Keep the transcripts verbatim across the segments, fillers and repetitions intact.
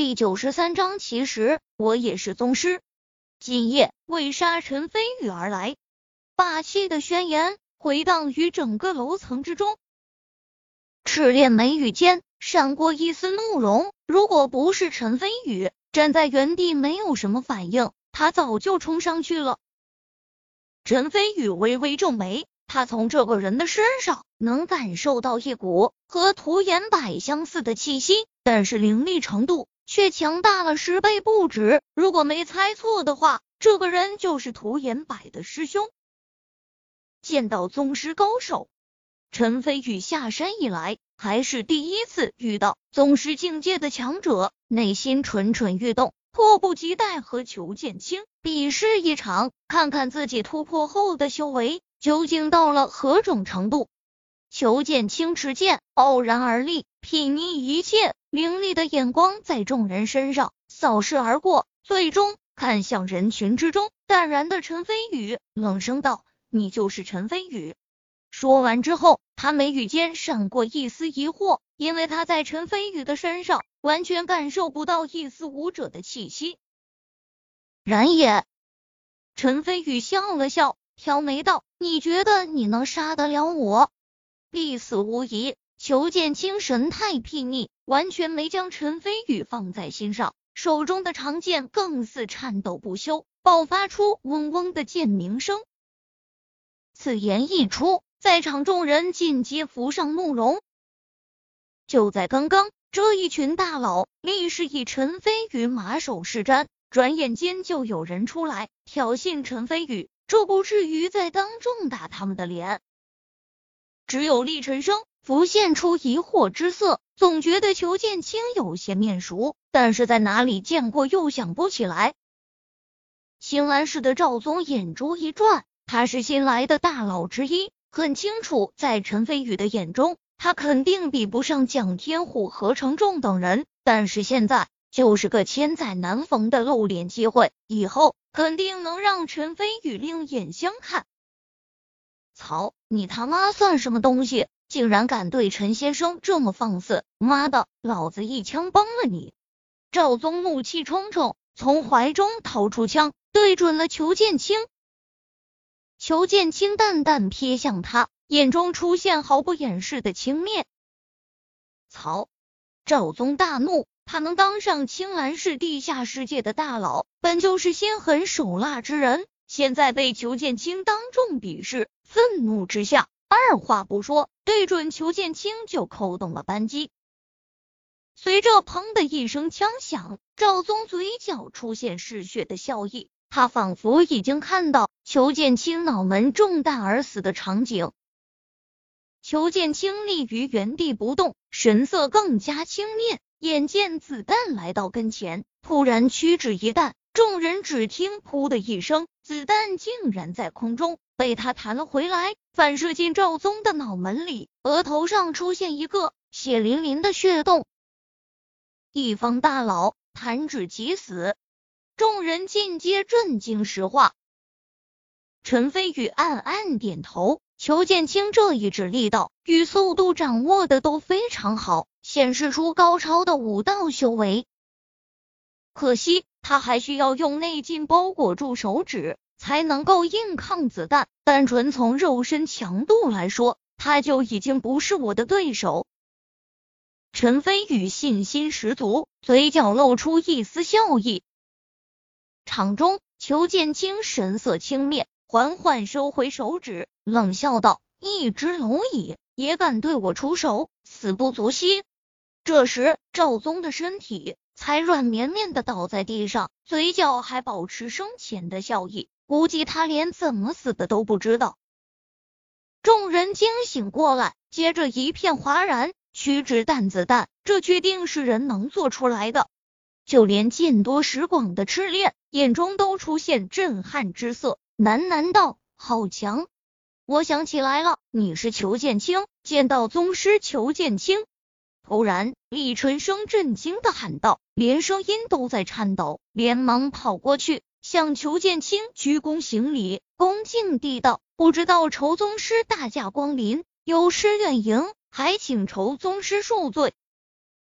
第九十三章，其实我也是宗师。今夜为杀陈飞宇而来，霸气的宣言回荡于整个楼层之中。赤练眉宇间闪过一丝怒容，如果不是陈飞宇站在原地没有什么反应，他早就冲上去了。陈飞宇微微皱眉，他从这个人的身上能感受到一股和涂延柏相似的气息，但是凌厉程度却强大了十倍不止。如果没猜错的话，这个人就是涂延柏的师兄。见到宗师高手，陈飞宇下山以来还是第一次遇到宗师境界的强者，内心蠢蠢欲动，迫不及待和裘剑清比试一场，看看自己突破后的修为究竟到了何种程度。裘剑清持剑傲然而立，睥睨一切，凌厉的眼光在众人身上扫视而过，最终看向人群之中淡然的陈飞宇，冷声道：“你就是陈飞宇？”说完之后，他眉宇间闪过一丝疑惑，因为他在陈飞宇的身上完全感受不到一丝武者的气息。然也，陈飞宇笑了笑，挑眉道：“你觉得你能杀得了我？”必死无疑。裘剑清神态睥睨，完全没将陈飞宇放在心上，手中的长剑更似颤抖不休，爆发出嗡嗡的剑鸣声。此言一出，在场众人尽皆浮上怒容。就在刚刚，这一群大佬立时以陈飞宇马首是瞻，转眼间就有人出来挑衅陈飞宇，这不至于在当众打他们的脸。只有厉晨生浮现出疑惑之色，总觉得裘剑清有些面熟，但是在哪里见过又想不起来。青兰市的赵宗眼珠一转，他是新来的大佬之一，很清楚在陈飞宇的眼中，他肯定比不上蒋天虎、何成仲等人，但是现在就是个千载难逢的露脸机会，以后肯定能让陈飞宇另眼相看。操，你他妈算什么东西，竟然敢对陈先生这么放肆，妈的，老子一枪崩了你！赵宗怒气冲冲，从怀中掏出枪，对准了裘剑清。裘剑清淡淡瞥向他，眼中出现毫不掩饰的轻蔑。操！赵宗大怒，他能当上青兰市地下世界的大佬，本就是心狠手辣之人，现在被裘剑清当众鄙视，愤怒之下，二话不说，对准裘剑清就扣动了扳机。随着砰的一声枪响，赵宗嘴角出现嗜血的笑意，他仿佛已经看到裘剑清脑门中弹而死的场景。裘剑清立于原地不动，神色更加轻蔑，眼见子弹来到跟前，突然屈指一弹，众人只听噗的一声，子弹竟然在空中被他弹了回来，反射进赵宗的脑门里，额头上出现一个血淋淋的血洞。一方大佬弹指即死，众人尽皆震惊石化。陈飞宇暗暗点头，裘剑清这一指力道与速度掌握的都非常好，显示出高超的武道修为。可惜他还需要用内劲包裹住手指，才能够硬抗子弹，单纯从肉身强度来说，他就已经不是我的对手。陈飞宇信心十足，嘴角露出一丝笑意。场中，裘剑清神色轻蔑，缓缓收回手指，冷笑道：“一只蝼蚁也敢对我出手，死不足惜。”这时，赵宗的身体才软绵绵的倒在地上，嘴角还保持生前的笑意，估计他连怎么死的都不知道。众人惊醒过来，接着一片哗然，屈指弹子弹，这确定是人能做出来的。就连见多识广的赤练眼中都出现震撼之色，喃喃道：“好强！我想起来了，你是裘剑清，剑道宗师裘剑清。”突然，厉春生震惊的喊道，连声音都在颤抖，连忙跑过去，向裘剑清鞠躬行礼，恭敬地道：“不知道裘宗师大驾光临，有失远迎，还请裘宗师恕罪。”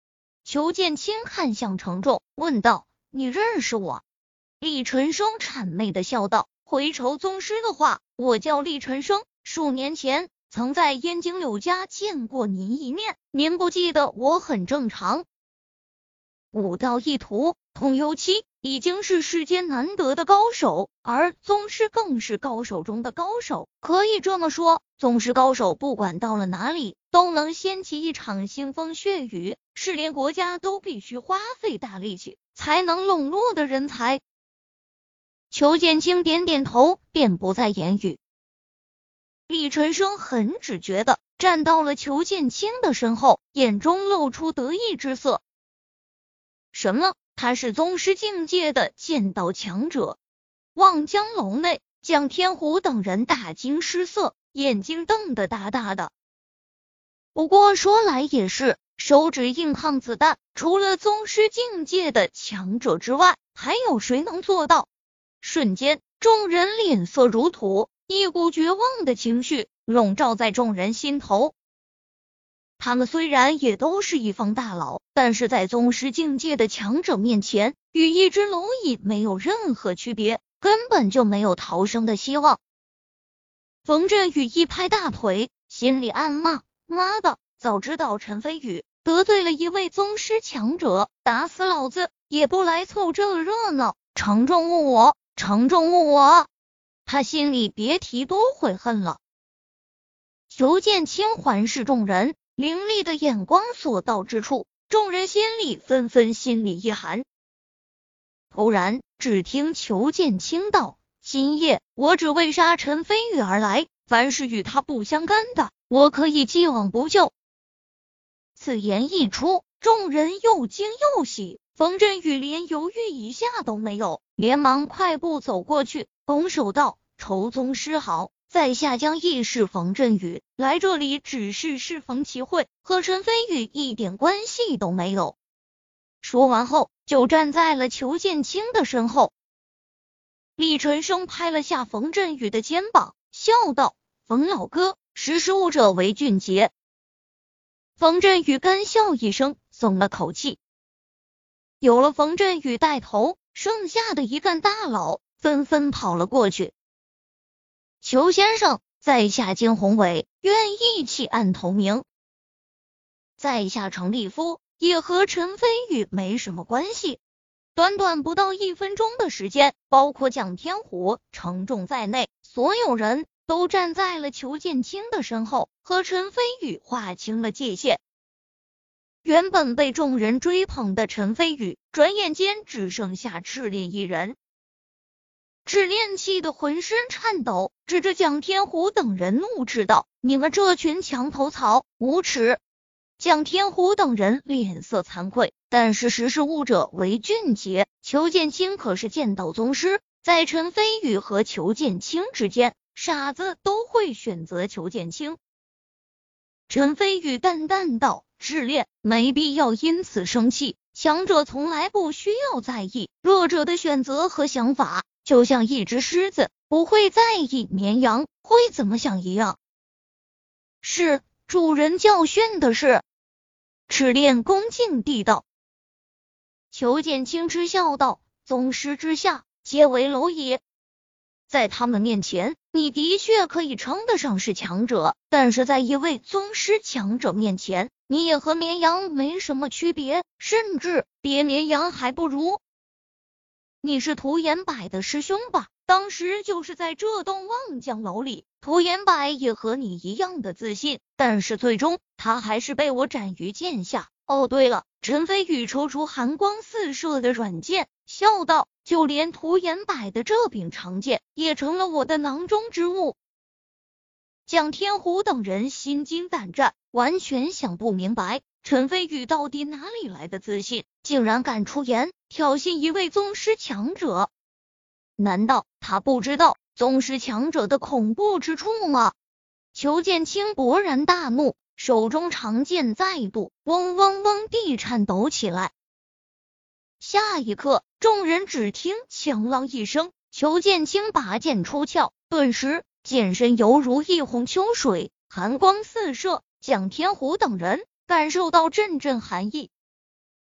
裘剑清看向程仲，问道：“你认识我？”厉晨生谄媚的笑道：“回仇宗师的话，我叫厉晨生，数年前曾在燕京柳家见过您一面，您不记得我很正常。武道一途，通幽期，已经是世间难得的高手，而宗师更是高手中的高手。可以这么说，宗师高手不管到了哪里，都能掀起一场腥风血雨，是连国家都必须花费大力气才能笼络的人才。”裘剑清点点头，便不再言语。厉晨生很只觉得站到了裘剑清的身后，眼中露出得意之色。什么？他是宗师境界的剑道强者？望江楼内，蒋天虎等人大惊失色，眼睛瞪得大大的。不过说来也是，手指硬抗子弹，除了宗师境界的强者之外，还有谁能做到？瞬间，众人脸色如土，一股绝望的情绪笼罩在众人心头。他们虽然也都是一方大佬，但是在宗师境界的强者面前，与一只蝼蚁没有任何区别，根本就没有逃生的希望。冯振宇一拍大腿，心里暗骂：妈的，早知道陈飞宇得罪了一位宗师强者，打死老子也不来凑这个热闹。程仲误我，程仲误我，他心里别提多悔恨了。裘剑清环视众人，凌厉的眼光所到之处，众人心里纷纷心里一寒。突然，只听裘剑清道：“今夜我只为杀陈飞宇而来，凡是与他不相干的，我可以既往不咎。”此言一出，众人又惊又喜。冯振宇连犹豫一下都没有，连忙快步走过去，拱手道：“仇宗师好，在下江义是冯振宇，来这里只是适逢其会，和陈飞宇一点关系都没有。”说完后，就站在了裘剑清的身后。厉晨生拍了下冯振宇的肩膀，笑道：“冯老哥，识时务者为俊杰。”冯振宇干笑一声，松了口气。有了冯振宇带头，剩下的一干大佬纷纷跑了过去。裘先生，在下金宏伟，愿意弃暗投明。在下程立夫，也和陈飞宇没什么关系。短短不到一分钟的时间，包括蒋天虎、程仲在内，所有人都站在了裘剑清的身后，和陈飞宇划清了界限。原本被众人追捧的陈飞宇，转眼间只剩下赤练一人。赤练气得浑身颤抖，指着蒋天虎等人怒斥道：“你们这群墙头草，无耻！”蒋天虎等人脸色惭愧，但是识时务者为俊杰，裘剑清可是剑道宗师，在陈飞宇和裘剑清之间，傻子都会选择裘剑清。陈飞宇淡淡道：“赤练，没必要因此生气，强者从来不需要在意弱者的选择和想法，就像一只狮子不会在意绵羊会怎么想一样。”是，主人教训的是。赤练恭敬地道。裘剑清嗤笑道：“宗师之下，皆为蝼蚁。在他们面前，你的确可以称得上是强者，但是在一位宗师强者面前，你也和绵羊没什么区别，甚至比绵羊还不如。你是涂延柏的师兄吧？当时就是在这栋望江楼里，涂延柏也和你一样的自信，但是最终他还是被我斩于剑下。哦，对了。”陈飞宇抽出寒光四射的软剑，笑道：“就连涂延柏的这柄长剑也成了我的囊中之物。”蒋天虎等人心惊胆战，完全想不明白陈飞宇到底哪里来的自信，竟然敢出言挑衅一位宗师强者。难道他不知道宗师强者的恐怖之处吗？裘剑清勃然大怒，手中长剑再度嗡嗡嗡地颤抖起来。下一刻，众人只听锵啷一声，裘剑清拔剑出鞘，顿时剑身犹如一泓秋水，寒光四射。蒋天虎等人感受到阵阵寒意。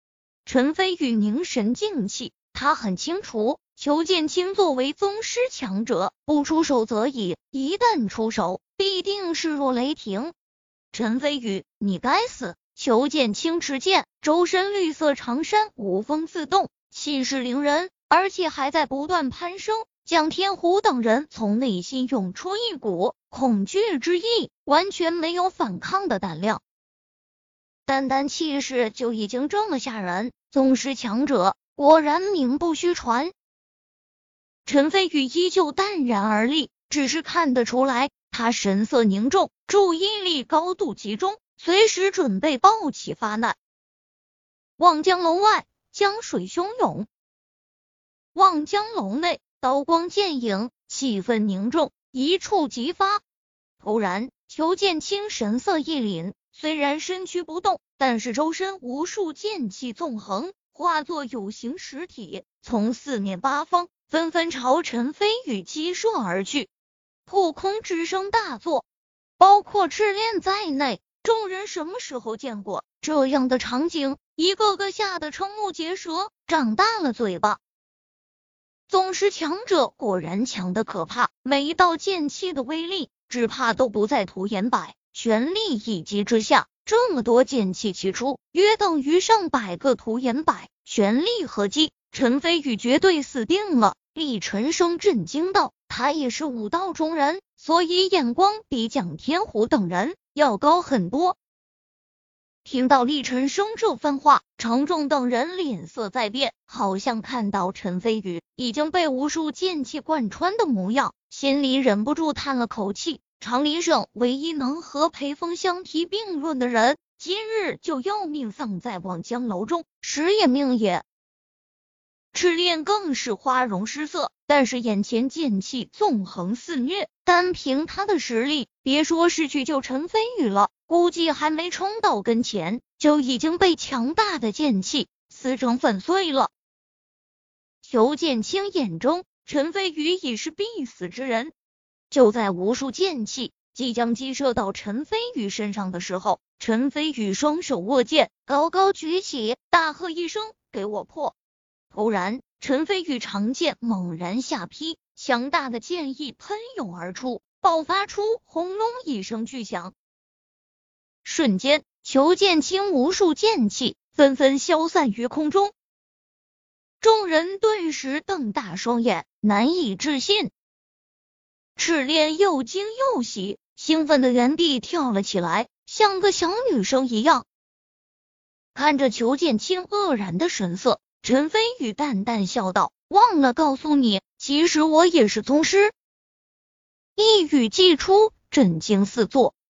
陈飞宇凝神静气，他很清楚，裘剑清作为宗师强者，不出手则已，一旦出手，必定势若雷霆。陈飞宇，你该死！裘剑清持剑，周身绿色长衫无风自动，气势凌人，而且还在不断攀升。蒋天虎等人从内心涌出一股恐惧之意，完全没有反抗的胆量。单单气势就已经这么吓人，宗师强者果然名不虚传。陈飞宇依旧淡然而立，只是看得出来，他神色凝重，注意力高度集中，随时准备暴起发难。望江楼外，江水汹涌。望江楼内，刀光剑影，气氛凝重，一触即发。突然，裘剑清神色一凛，虽然身躯不动，但是周身无数剑气纵横，化作有形实体，从四面八方纷纷朝陈飞宇击射而去。破空之声大作，包括赤练在内，众人什么时候见过这样的场景？一个个吓得瞠目结舌，长大了嘴巴。宗师强者果然强得可怕，每一道剑气的威力，只怕都不在涂岩柏全力一击之下。这么多剑气齐出，约等于上百个涂岩柏全力合击，陈飞宇绝对死定了。厉晨生震惊道，他也是武道中人，所以眼光比蒋天虎等人要高很多。听到厉晨生这番话，常仲等人脸色在变，好像看到陈飞宇已经被无数剑气贯穿的模样，心里忍不住叹了口气。长林省唯一能和裴风相提并论的人，今日就要命丧在望江楼中，时也命也。赤练更是花容失色，但是眼前剑气纵横肆虐，单凭他的实力，别说是去救陈飞宇了，估计还没冲到跟前，就已经被强大的剑气撕成粉碎了。裘剑清眼中，陈飞宇已是必死之人。就在无数剑气即将击射到陈飞宇身上的时候，陈飞宇双手握剑，高高举起，大喝一声：“给我破！”突然，陈飞宇长剑猛然下劈，强大的剑意喷涌而出，爆发出轰隆一声巨响。瞬间，裘剑清无数剑气纷纷消散于空中，众人顿时瞪大双眼，难以置信。赤练又惊又喜，兴奋的原地跳了起来，像个小女生一样。看着裘剑清愕然的神色，陈飞宇淡淡笑道：“忘了告诉你，其实我也是宗师。”一语既出，震惊四座。